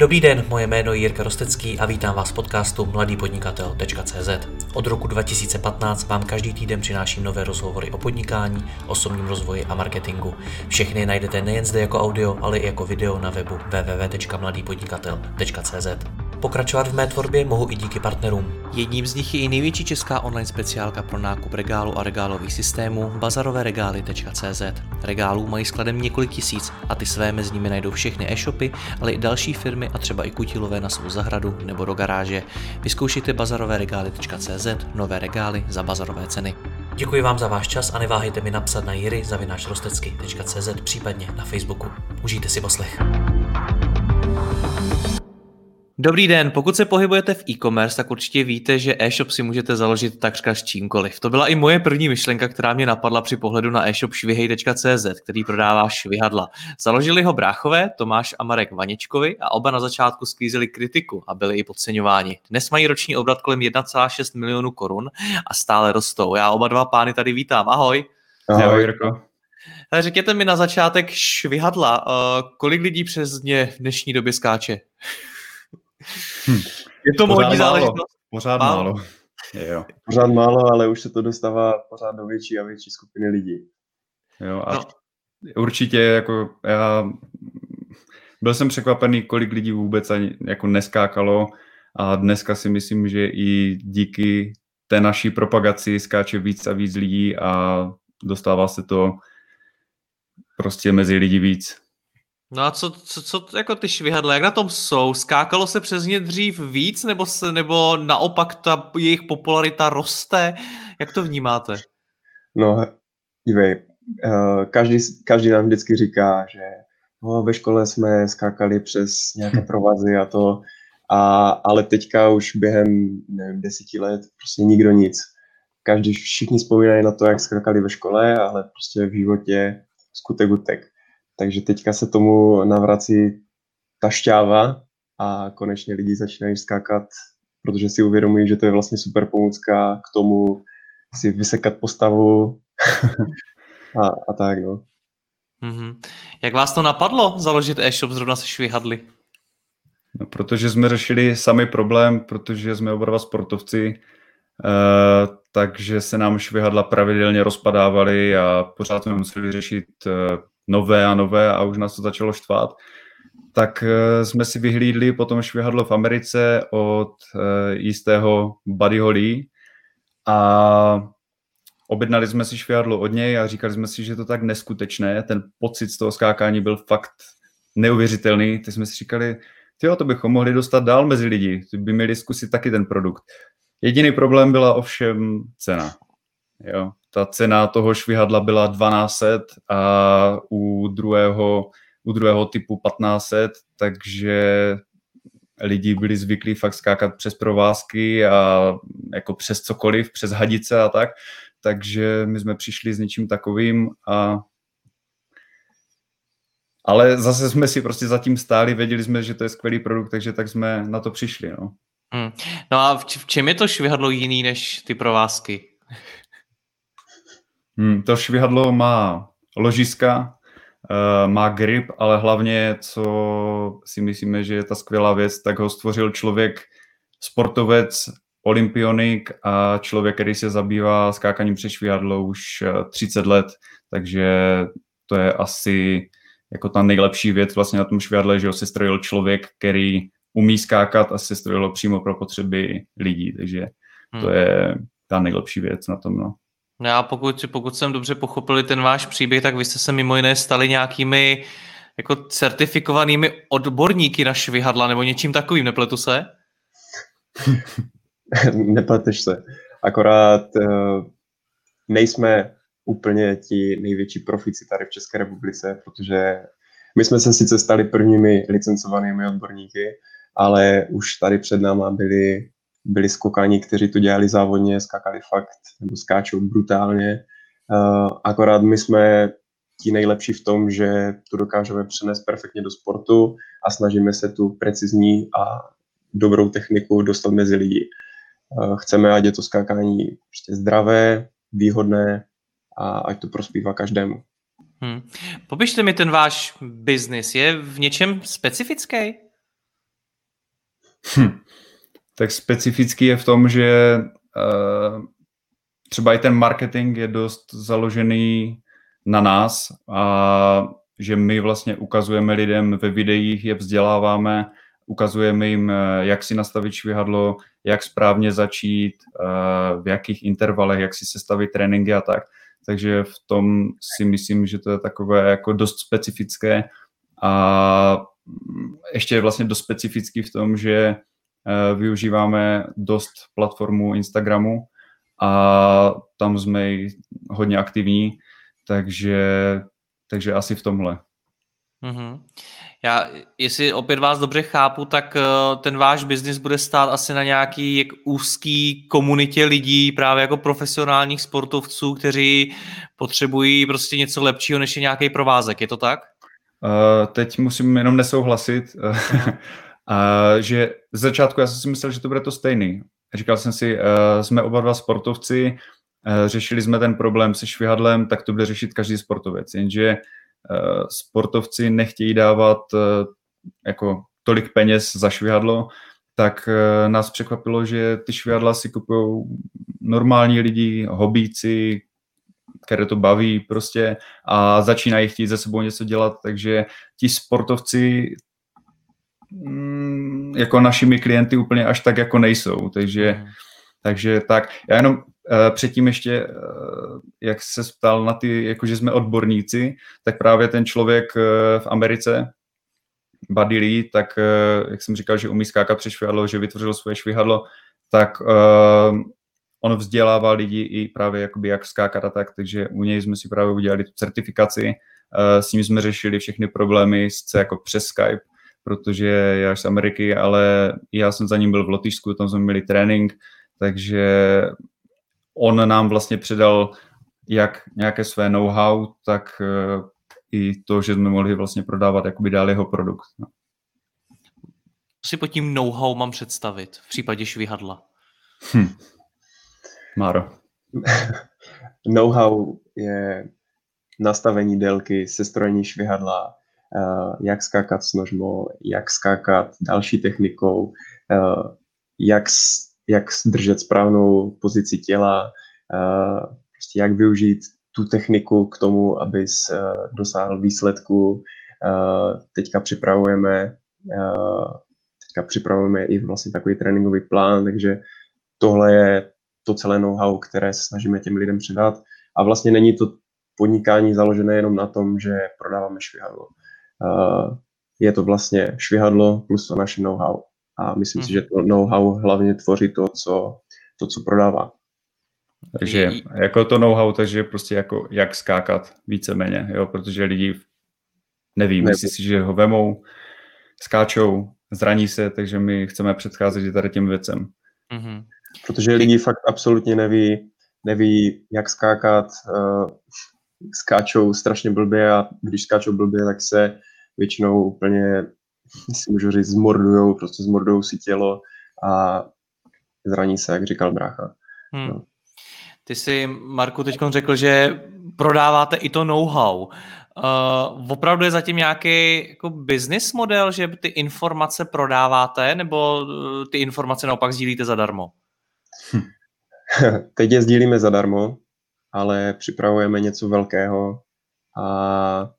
Dobrý den, moje jméno je Jirka Rostecký a vítám vás v podcastu mladýpodnikatel.cz. Od roku 2015 vám každý týden přináším nové rozhovory o podnikání, osobním rozvoji a marketingu. Všechny najdete nejen zde jako audio, ale i jako video na webu www.mladýpodnikatel.cz. Pokračovat v mé tvorbě mohu i díky partnerům. Jedním z nich je i největší česká online speciálka pro nákup regálu a regálových systémů bazaroveregály.cz. Regálů mají skladem několik tisíc a ty své mezi nimi najdou všechny e-shopy, ale i další firmy a třeba i kutilové na svou zahradu nebo do garáže. Vyzkoušejte bazaroveregály.cz, nové regály za bazarové ceny. Děkuji vám za váš čas a neváhejte mi napsat na jiry@rostecky.cz, případně na Facebooku. Užijte si poslech. Dobrý den, pokud se pohybujete v e-commerce, tak určitě víte, že e-shop si můžete založit takřka s čímkoliv. To byla i moje první myšlenka, která mě napadla při pohledu na e-shop švihej.cz, který prodává švihadla. Založili ho bráchové Tomáš a Marek Vaněčkovi a oba na začátku sklízeli kritiku a byli i podceňováni. Dnes mají roční obrat kolem 1,6 milionu korun a stále rostou. Já oba dva pány tady vítám. Ahoj. Ahoj, Jirko. Řekněte mi na začátek švihadla, kolik lidí přes ně v dnešní době skáče? Je to módní záležitost? Pořád málo. Jo. Pořád málo, ale už se to dostává pořád do větší a větší skupiny lidí. Jo, a určitě jako já byl jsem překvapený, kolik lidí vůbec ani jako neskákalo a dneska si myslím, že i díky té naší propagaci skáče víc a víc lidí a dostává se to prostě mezi lidi víc. No a co jako ty švihadla, jak na tom jsou? Skákalo se přes ně dřív víc, nebo naopak ta jejich popularita roste? Jak to vnímáte? No, dívej, každý nám vždycky říká, že ve škole jsme skákali přes nějaké provazy a to, ale teďka už během 10 let prostě nikdo nic. Všichni vzpomínají na to, jak skákali ve škole, ale prostě v životě skutek utek. Takže teďka se tomu navrací ta šťáva a konečně lidi začínají skákat, protože si uvědomují, že to je vlastně super pomůcka k tomu si vysekat postavu a tak, no. Mm-hmm. Jak vás to napadlo založit e-shop zrovna se švihadly? No, protože jsme řešili sami problém, protože jsme oba dva sportovci, takže se nám švihadla pravidelně rozpadávaly a pořád jsme museli řešit nové a už nás to začalo štvát, tak jsme si vyhlídli potom švihadlo v Americe od jistého Buddyho Lee a objednali jsme si švihadlo od něj a říkali jsme si, že to tak neskutečné, ten pocit z toho skákání byl fakt neuvěřitelný, teď jsme si říkali, to bychom mohli dostat dál mezi lidi, by měli zkusit taky ten produkt. Jediný problém byla ovšem cena, jo. Ta cena toho švihadla byla 1200 a u druhého typu 1500, takže lidi byli zvyklí fakt skákat přes provázky a jako přes cokoliv, přes hadice a tak. Takže my jsme přišli s něčím takovým ale zase jsme si prostě zatím stáli, věděli jsme, že to je skvělý produkt, takže tak jsme na to přišli, no. No a v čem je to švihadlo jiný než ty provázky? To švihadlo má ložiska, má grip, ale hlavně, co si myslíme, že je ta skvělá věc, tak ho stvořil člověk, sportovec, olympionik a člověk, který se zabývá skákaním přes švihadlo už 30 let, takže to je asi jako ta nejlepší věc vlastně na tom švihadle, že ho sestrojil člověk, který umí skákat a sestrojil ho přímo pro potřeby lidí, takže to je ta nejlepší věc na tom, no. Já pokud jsem dobře pochopil ten váš příběh, tak vy jste se mimo jiné stali nějakými jako certifikovanými odborníky na švihadla nebo něčím takovým, nepletu se? Nepleteš se. Akorát nejsme úplně ti největší profici tady v České republice, protože my jsme se sice stali prvními licencovanými odborníky, ale už tady před náma byli skokáni, kteří to dělali závodně, skákali fakt, nebo skáčou brutálně. Akorát my jsme ti nejlepší v tom, že to dokážeme přenést perfektně do sportu a snažíme se tu precizní a dobrou techniku dostat mezi lidi. Chceme, ať je to skákání prostě zdravé, výhodné a ať to prospívá každému. Popište mi ten váš biznis. Je v něčem specifický? Tak specifický je v tom, že třeba i ten marketing je dost založený na nás a že my vlastně ukazujeme lidem ve videích, je vzděláváme, ukazujeme jim, jak si nastavit švihadlo, jak správně začít, v jakých intervalech, jak si sestavit tréninky a tak. Takže v tom si myslím, že to je takové jako dost specifické a ještě je vlastně dost specifický v tom, že využíváme dost platformu Instagramu a tam jsme hodně aktivní, takže asi v tomhle. Mm-hmm. Já, jestli opět vás dobře chápu, tak ten váš biznis bude stát asi na nějaký úzký komunitě lidí, právě jako profesionálních sportovců, kteří potřebují prostě něco lepšího, než je nějaký provázek. Je to tak? Teď musím jenom nesouhlasit, že z začátku já jsem si myslel, že to bude to stejný. Říkal jsem si, jsme oba dva sportovci, řešili jsme ten problém se švihadlem, tak to bude řešit každý sportovec, jenže sportovci nechtějí dávat jako tolik peněz za švihadlo, tak nás překvapilo, že ty švihadla si kupují normální lidi, hobíci, které to baví prostě a začínají chtít ze sebou něco dělat, takže ti sportovci jako našimi klienty úplně až tak jako nejsou, takže tak. Já jenom předtím ještě, jak se ptal na ty, jakože jsme odborníci, tak právě ten člověk v Americe, Buddy Lee, tak jak jsem říkal, že umí skákat přes švihadlo, že vytvořil svoje švihadlo, tak on vzdělává lidi i právě jakoby jak skákat a tak, takže u něj jsme si právě udělali tu certifikaci, s ním jsme řešili všechny problémy jako přes Skype, protože já z Ameriky, ale já jsem za ním byl v Lotyšsku, tam jsme měli trénink, takže on nám vlastně předal jak nějaké své know-how, tak i to, že jsme mohli vlastně prodávat jakoby dál jeho produkt. No. Co si pod tím know-how mám představit v případě švihadla? Máro. Know-how je nastavení délky, sestrojení švihadla, jak skákat s nožmo, jak skákat další technikou, jak držet správnou pozici těla, prostě jak využít tu techniku k tomu, abys dosáhl výsledku. Teďka připravujeme i vlastně takový tréninkový plán, takže tohle je to celé know-how, které se snažíme těm lidem předat. A vlastně není to podnikání založené jenom na tom, že prodáváme švihadlo. Je to vlastně švihadlo plus to naše know-how. A myslím si, že to know-how hlavně tvoří to, co prodává. Takže jako to know-how, takže prostě jako jak skákat víceméně, jo, protože lidi neví, myslí si, že ho vemou, skáčou, zraní se, takže my chceme předcházet tady těm věcem. Mm-hmm. Protože lidi fakt absolutně neví, jak skákat, skáčou strašně blbě a když skáčou blbě, tak se většinou úplně, si můžu říct, zmordujou si tělo a zraní se, jak říkal brácha. No. Ty jsi, Marku, teď řekl, že prodáváte i to know-how. Opravdu je zatím nějaký jako business model, že ty informace prodáváte, nebo ty informace naopak sdílíte zadarmo? Teď je sdílíme zadarmo, ale připravujeme něco velkého a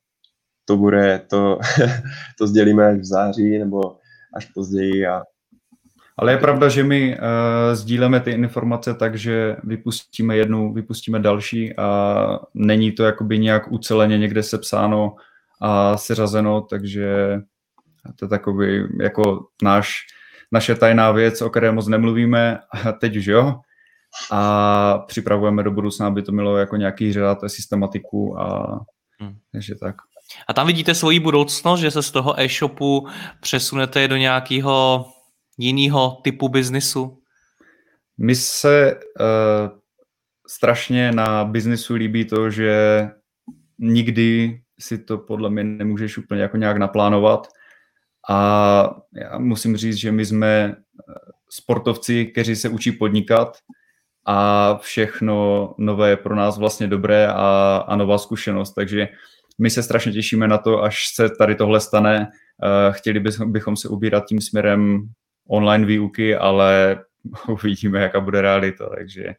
to sdělíme až v září nebo až později. Ale je pravda, že my sdílíme ty informace tak, že vypustíme jednu, vypustíme další a není to jakoby nějak uceleně někde sepsáno a seřazeno, takže to je takový jako naše tajná věc, o které moc nemluvíme, a teď už jo. A připravujeme do budoucna, aby to mělo jako nějaký řád a systematiku a takže tak. A tam vidíte svoji budoucnost, že se z toho e-shopu přesunete do nějakého jiného typu biznisu? Mi se strašně na biznisu líbí to, že nikdy si to podle mě nemůžeš úplně jako nějak naplánovat. A já musím říct, že my jsme sportovci, kteří se učí podnikat a všechno nové je pro nás vlastně dobré a nová zkušenost. Takže my se strašně těšíme na to, až se tady tohle stane. Chtěli bychom se ubírat tím směrem online výuky, ale uvidíme, jaká bude realita, takže...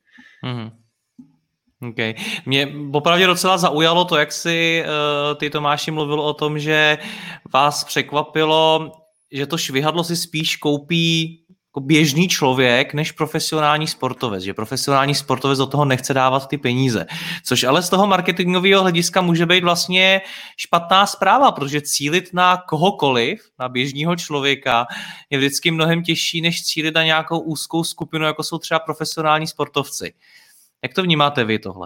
Okay. Mě popravdě docela zaujalo to, jak si ty, Tomáši, mluvil o tom, že vás překvapilo, že to švihadlo si spíš koupí jako běžný člověk než profesionální sportovec, že profesionální sportovec do toho nechce dávat ty peníze, což ale z toho marketingového hlediska může být vlastně špatná zpráva, protože cílit na kohokoliv, na běžného člověka je vždycky mnohem těžší, než cílit na nějakou úzkou skupinu, jako jsou třeba profesionální sportovci. Jak to vnímáte vy tohle?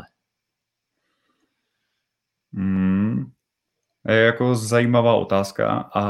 Je jako zajímavá otázka a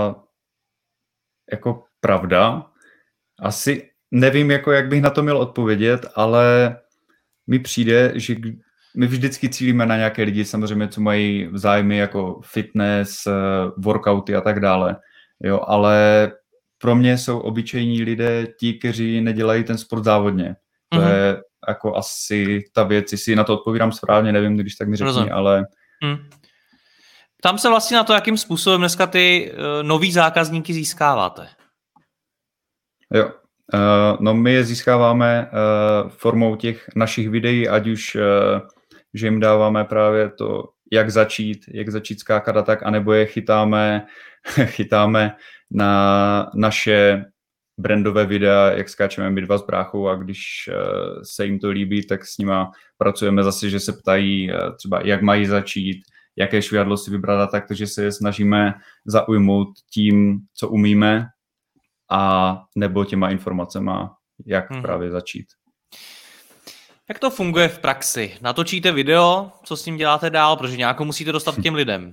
jako pravda. Asi nevím, jako jak bych na to měl odpovědět, ale mi přijde, že my vždycky cílíme na nějaké lidi, samozřejmě, co mají zájmy jako fitness, workouty a tak dále. Jo, ale pro mě jsou obyčejní lidé ti, kteří nedělají ten sport závodně. To je jako asi ta věc, jestli na to odpovídám správně, nevím, když tak mi řekni, ale... Ptám se vlastně na to, jakým způsobem dneska ty nový zákazníky získáváte. Jo, no my je získáváme formou těch našich videí, ať už, že jim dáváme právě to, jak začít skákat a tak, anebo je chytáme na naše brandové videa, jak skáčeme my dva s bráchou, a když se jim to líbí, tak s nima pracujeme zase, že se ptají třeba, jak mají začít, jaké švihadlo si vybrat a tak, takže se je snažíme zaujmout tím, co umíme, a nebo těma informacema, jak právě začít. Jak to funguje v praxi? Natočíte video, co s ním děláte dál, protože nějakou musíte dostat k těm lidem.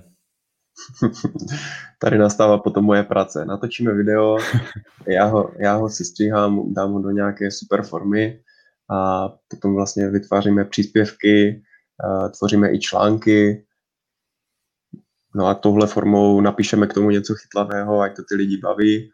Tady nastává potom moje práce. Natočíme video, já ho sestříhám, dám ho do nějaké super formy a potom vlastně vytváříme příspěvky, tvoříme i články. No a touhle formou napíšeme k tomu něco chytlavého, ať to ty lidi baví.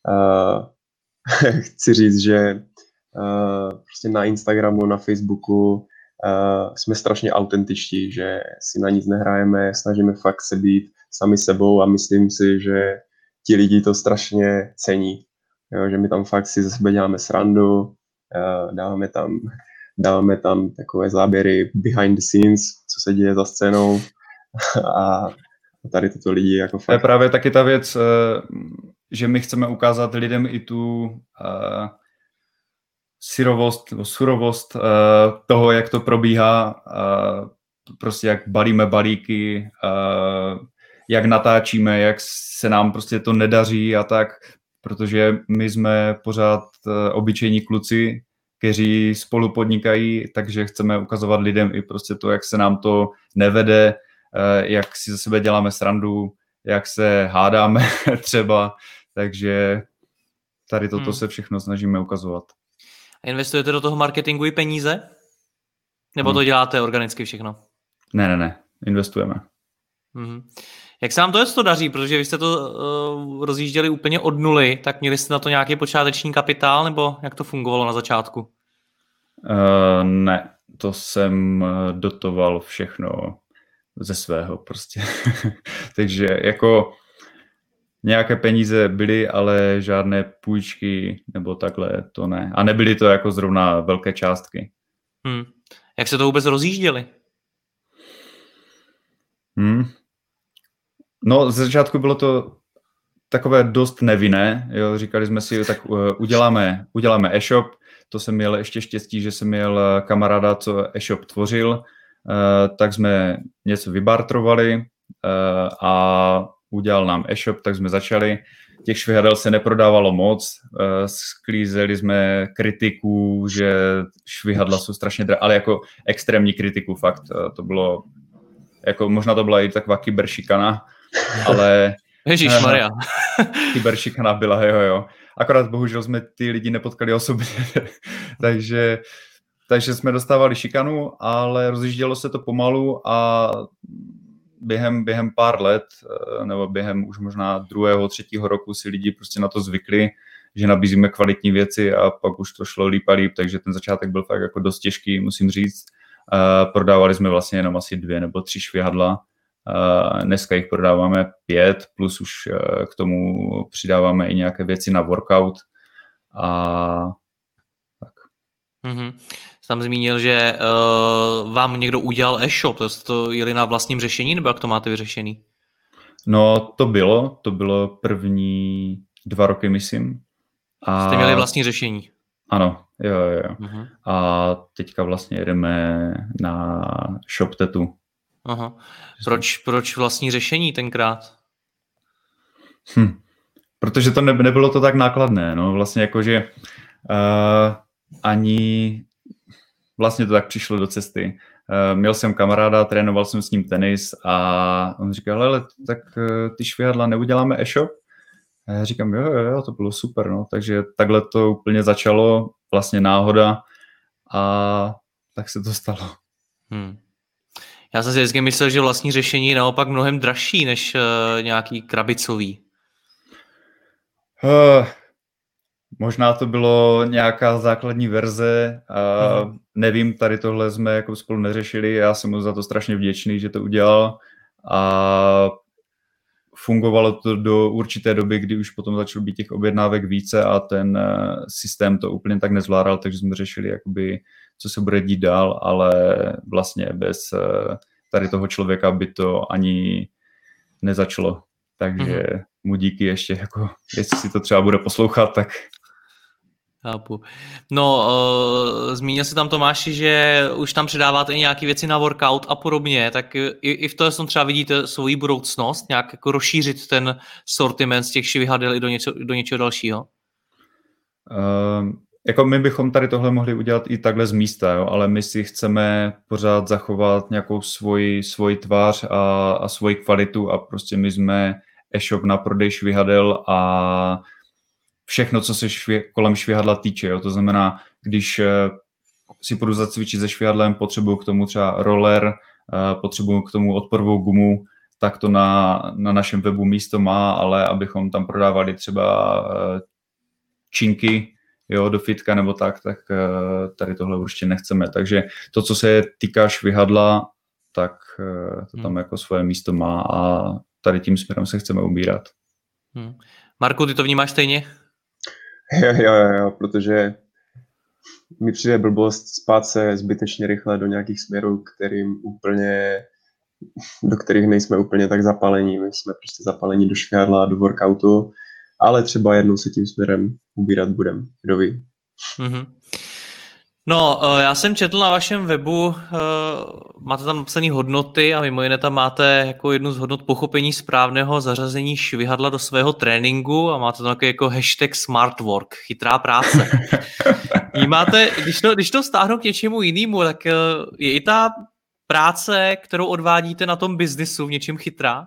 Chci říct, že prostě na Instagramu, na Facebooku jsme strašně autentičtí, že si na nic nehrajeme, snažíme fakt se být sami sebou a myslím si, že ti lidi to strašně cení. Jo, že my tam fakt si ze sebe děláme srandu, dáváme tam takové záběry behind the scenes, co se děje za scénou a tady tyto lidi jako fakt... To je právě taky ta věc, že my chceme ukázat lidem i tu surovost toho, jak to probíhá, prostě jak balíme balíky, jak natáčíme, jak se nám prostě to nedaří a tak, protože my jsme pořád obyčejní kluci, kteří spolu podnikají, takže chceme ukazovat lidem i prostě to, jak se nám to nevede, jak si ze sebe děláme srandu, jak se hádáme třeba, takže tady toto se všechno snažíme ukazovat. A investujete do toho marketingu i peníze? Nebo to děláte organicky všechno? Ne, investujeme. Jak se vám to daří? Protože vy jste to rozjížděli úplně od nuly, tak měli jste na to nějaký počáteční kapitál, nebo jak to fungovalo na začátku? Ne, to jsem dotoval všechno ze svého prostě. Takže jako nějaké peníze byly, ale žádné půjčky nebo takhle to ne. A nebyly to jako zrovna velké částky. Jak se to vůbec rozjížděli? No, ze začátku bylo to takové dost nevinné. Jo, říkali jsme si, tak uděláme e-shop. To jsem měl ještě štěstí, že jsem měl kamaráda, co e-shop tvořil. Tak jsme něco vybartrovali a udělal nám e-shop, tak jsme začali. Těch švihadel se neprodávalo moc, sklízeli jsme kritiku, že švihadla jsou strašně drahé, ale jako extrémní kritiku, fakt. To bylo, jako možná to byla i taková kyberšikana, ale... Ježišmarja. Kyberšikana byla, jo. Akorát bohužel jsme ty lidi nepotkali osobně, takže jsme dostávali šikanu, ale rozjíždělo se to pomalu a během pár let, nebo během už možná 2., 3. roku si lidi prostě na to zvykli, že nabízíme kvalitní věci a pak už to šlo líp a líp, takže ten začátek byl fakt jako dost těžký, musím říct. Prodávali jsme vlastně jenom asi 2 nebo 3 švihadla. Dneska jich prodáváme 5, plus už k tomu přidáváme i nějaké věci na workout. a tak. Mm-hmm. Jsem zmínil, že vám někdo udělal e-shop, to jeli na vlastním řešení, nebo jak to máte vyřešený? No, to bylo první 2 roky, myslím. Jste měli vlastní řešení? Ano, jo. Mm-hmm. A teďka vlastně jedeme na ShopTetu. Aha. Proč vlastní řešení tenkrát? Protože to nebylo to tak nákladné, no vlastně jakože ani vlastně to tak přišlo do cesty. Měl jsem kamaráda, trénoval jsem s ním tenis a on říkal, hele, tak ty švihadla neuděláme e-shop? A já říkám, jo, to bylo super, no, takže takhle to úplně začalo, vlastně náhoda a tak se to stalo. Já jsem si vždycky myslel, že vlastní řešení je naopak mnohem dražší než nějaký krabicový. Možná to bylo nějaká základní verze, nevím, tady tohle jsme jako spolu neřešili, já jsem mu za to strašně vděčný, že to udělal a fungovalo to do určité doby, kdy už potom začalo být těch objednávek více a ten systém to úplně tak nezvládal, takže jsme řešili, jakoby, co se bude dít dál, ale vlastně bez tady toho člověka by to ani nezačalo. Takže mu díky ještě, jako, jestli si to třeba bude poslouchat, tak... Chápu. No, zmínil jsi tam, Tomáši, že už tam předáváte i nějaké věci na workout a podobně, tak i v tom třeba vidíte svoji budoucnost, nějak jako rozšířit ten sortiment z těch švihadel i do něčeho dalšího? Jako my bychom tady tohle mohli udělat i takhle z místa, jo? Ale my si chceme pořád zachovat nějakou svoji tvář a svoji kvalitu a prostě my jsme e-shop na prodej švihadel a všechno, co se kolem švihadla týče. Jo? To znamená, když si půjdu zacvičit se švihadlem, potřebuju k tomu třeba roller, potřebuju k tomu odporovou gumu, tak to na našem webu místo má, ale abychom tam prodávali třeba činky, jo, do fitka nebo tak tady tohle určitě nechceme. Takže to, co se týká švihadla, tak to tam jako svoje místo má a tady tím směrem se chceme ubírat. Marku, ty to vnímáš stejně? Jo, protože mi přijde blbost spát se zbytečně rychle do nějakých směrů, do kterých nejsme úplně tak zapalení. My jsme prostě zapalení do švihadla, do workoutu, ale třeba jednou se tím směrem ubírat budem, kdo ví. No, já jsem četl na vašem webu, máte tam napsané hodnoty a mimo jiné tam máte jako jednu z hodnot pochopení správného zařazení švihadla do svého tréninku a máte tam takový jako hashtag smart work, chytrá práce. Máte, když to vztáhnu k něčemu jinému, tak je i ta práce, kterou odvádíte na tom biznisu v něčem chytrá?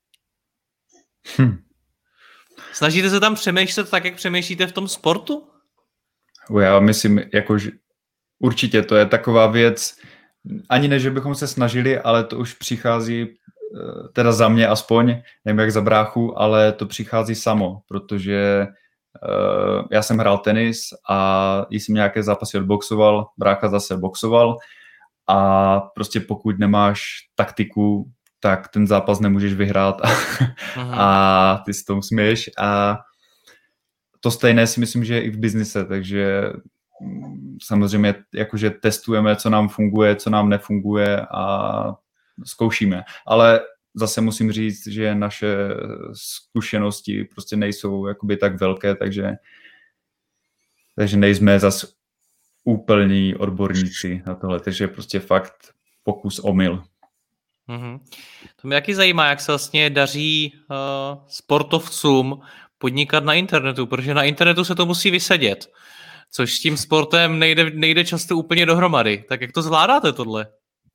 Snažíte se tam přemýšlet tak, jak přemýšlíte v tom sportu? Já myslím, jakože určitě to je taková věc, ani ne, že bychom se snažili, ale to už přichází, teda za mě aspoň, nevím jak za bráchu, ale to přichází samo, protože já jsem hrál tenis a jsem nějaké zápasy odboxoval, brácha zase boxoval a prostě pokud nemáš taktiku, tak ten zápas nemůžeš vyhrát a ty si tomu směješ a to stejné si myslím, že je i v biznise, takže samozřejmě jakože testujeme, co nám funguje, co nám nefunguje a zkoušíme. Ale zase musím říct, že naše zkušenosti prostě nejsou jakoby tak velké, takže nejsme zase úplní odborníci na tohle, takže prostě fakt pokus omyl. To mě taky zajímá, jak se vlastně daří sportovcům podnikat na internetu, protože na internetu se to musí vysedět, což s tím sportem nejde často úplně dohromady. Tak jak to zvládáte tohle?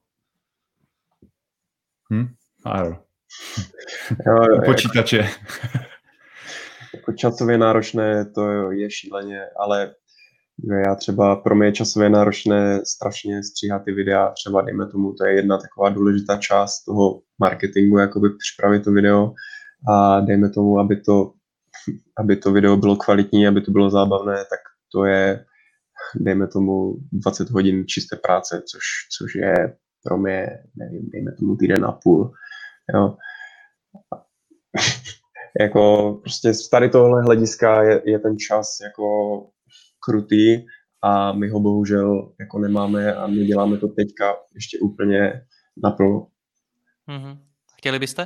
U počítače. Jako časově náročné to je šíleně, ale pro mě je časově náročné strašně stříhat ty videa, třeba dejme tomu, to je jedna taková důležitá část toho marketingu, jakoby připravit to video a dejme tomu, aby to video bylo kvalitní, aby to bylo zábavné, tak to je, dejme tomu, 20 hodin čisté práce, což je pro mě, nevím, dejme tomu týden a půl. Jo. Jako prostě z tady tohle hlediska je ten čas jako krutý a my ho bohužel jako nemáme a my děláme to teďka ještě úplně naplno. Chtěli byste?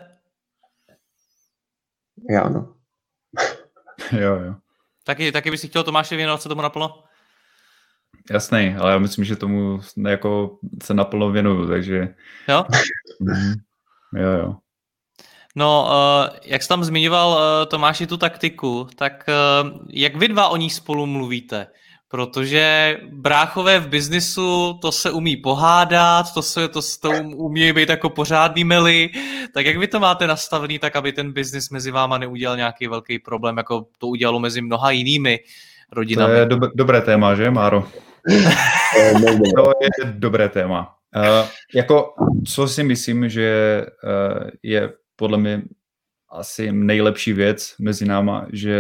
Já ano. Jo. Taky bys si chtěl, Tomáši, věnovat se tomu naplno? Jasný, ale já myslím, že tomu jako se naplno věnuju, takže... Jo? Jo. No, jak jsi tam zmiňoval, Tomáši, tu taktiku, tak jak vy dva o ní spolu mluvíte? Protože bráchové v biznisu, to se umí pohádat, to umí být jako pořádný mely, tak jak vy to máte nastavený tak, aby ten biznis mezi váma neudělal nějaký velký problém, jako to udělalo mezi mnoha jinými rodinami? To je dobré téma, že, Máro? To je dobré téma. Jako, co si myslím, že je podle mě asi nejlepší věc mezi náma, že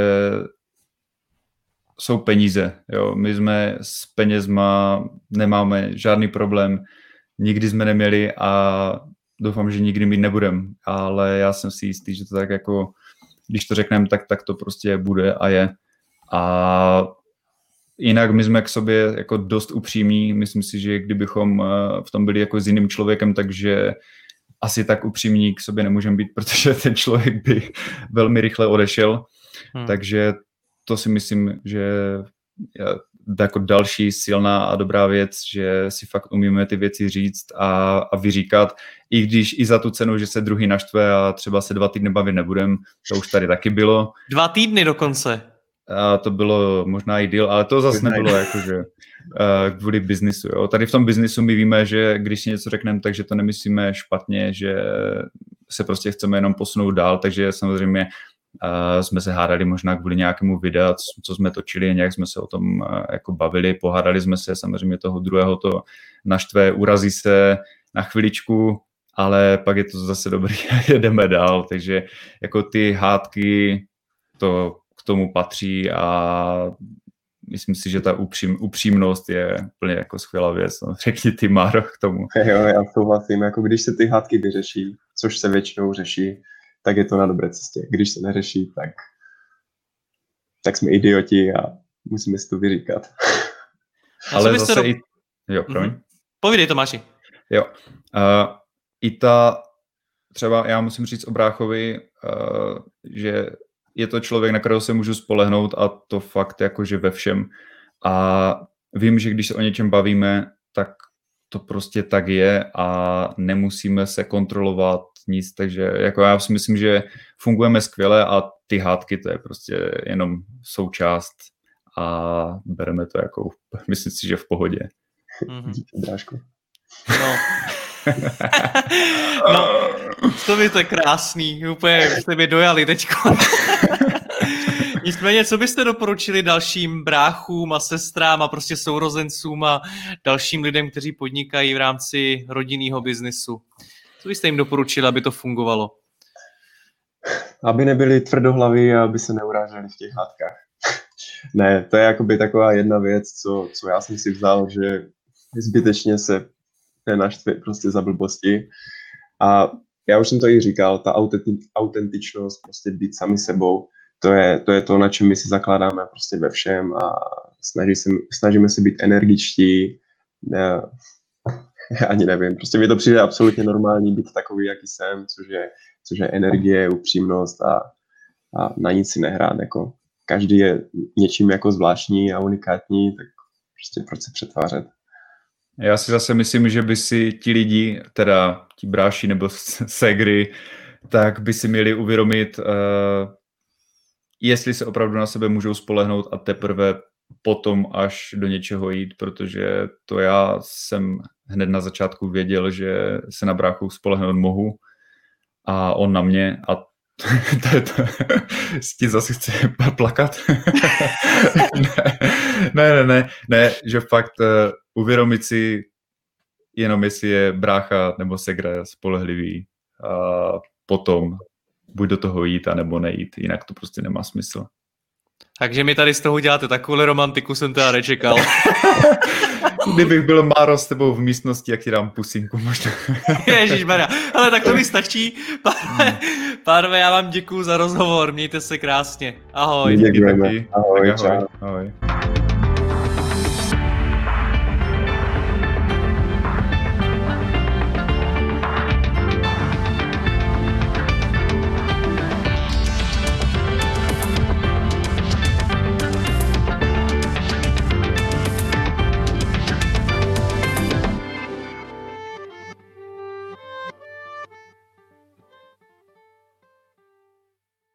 jsou peníze. Jo. My jsme s penězma nemáme žádný problém, nikdy jsme neměli a doufám, že nikdy mít nebudem, ale já jsem si jistý, že to tak jako, když to řekneme, tak to prostě bude a je. A jinak my jsme k sobě jako dost upřímní, myslím si, že kdybychom v tom byli jako s jiným člověkem, takže asi tak upřímní k sobě nemůžeme být, protože ten člověk by velmi rychle odešel, takže to si myslím, že je jako další silná a dobrá věc, že si fakt umíme ty věci říct a vyříkat, i když i za tu cenu, že se druhý naštve a třeba se 2 týdny bavit nebudem, to už tady taky bylo. 2 týdny dokonce. A to bylo možná i díl, ale to zase nebylo jakože kvůli biznisu. Jo. Tady v tom biznisu my víme, že když si něco řekneme, takže to nemyslíme špatně, že se prostě chceme jenom posunout dál, takže samozřejmě jsme se hádali možná kvůli nějakému videu, co jsme točili, nějak jsme se o tom jako bavili, pohádali jsme se, samozřejmě toho druhého to naštve, urazí se na chviličku, ale pak je to zase dobrý a jedeme dál, takže jako ty hádky to k tomu patří a myslím si, že ta upřímnost je úplně jako skvělá věc. No, řekni ty, Máro, k tomu. Jo, já souhlasím, jako když se ty hádky vyřeší, což se většinou řeší, tak je to na dobré cestě. Když se neřeší, tak jsme idioti a musíme si to vyříkat. Ale zase i... Jo, promiň. Povídej, Tomáši. Jo. I ta... Třeba já musím říct o bráchovi, že je to člověk, na kterého se můžu spolehnout a to fakt jakože ve všem. A vím, že když se o něčem bavíme, tak to prostě tak je a nemusíme se kontrolovat nic, takže jako já si myslím, že fungujeme skvěle a ty hádky to je prostě jenom součást a bereme to jako, myslím si, že v pohodě. Díky, Drážko. No. No, to by to krásný, úplně jste mi dojali teďko. Nicméně, co byste doporučili dalším bráchům a sestrám a prostě sourozencům a dalším lidem, kteří podnikají v rámci rodinného biznisu? Co byste jim doporučili, aby to fungovalo? Aby nebyli tvrdohlaví a aby se neuráželi v těch hádkách. Ne, to je jakoby taková jedna věc, co já jsem si vzal, že zbytečně se nenaštve prostě za blbosti. A já už jsem to i říkal, ta autentičnost, prostě být sami sebou, to je to, na čem my si zakládáme prostě ve všem a snažíme se být energičtí. Já ani nevím, prostě mi to přijde absolutně normální být takový, jaký jsem, což je energie, upřímnost a na nic si nehrát. Jako. Každý je něčím jako zvláštní a unikátní, tak prostě proč se přetvářet. Já si zase myslím, že by si ti lidi, teda ti bráši nebo segry, tak by si měli uvědomit, jestli se opravdu na sebe můžou spolehnout a teprve potom až do něčeho jít, protože to já jsem hned na začátku věděl, že se na bráchu spolehnout mohu a on na mě a ti zase chce plakat? Ne, že fakt uvědomit si jenom, jestli je brácha nebo segra spolehlivý a potom buď do toho jít, anebo nejít, jinak to prostě nemá smysl. Takže mi tady z toho děláte takovou romantiku, jsem teda nečekal. Kdybych byl, Máro, s tebou v místnosti, jak ti dám pusinku možná. Ježišmarja, ale tak to mi stačí. Pánové, já vám děkuju za rozhovor, mějte se krásně. Ahoj. Děkujeme. Ahoj, ahoj.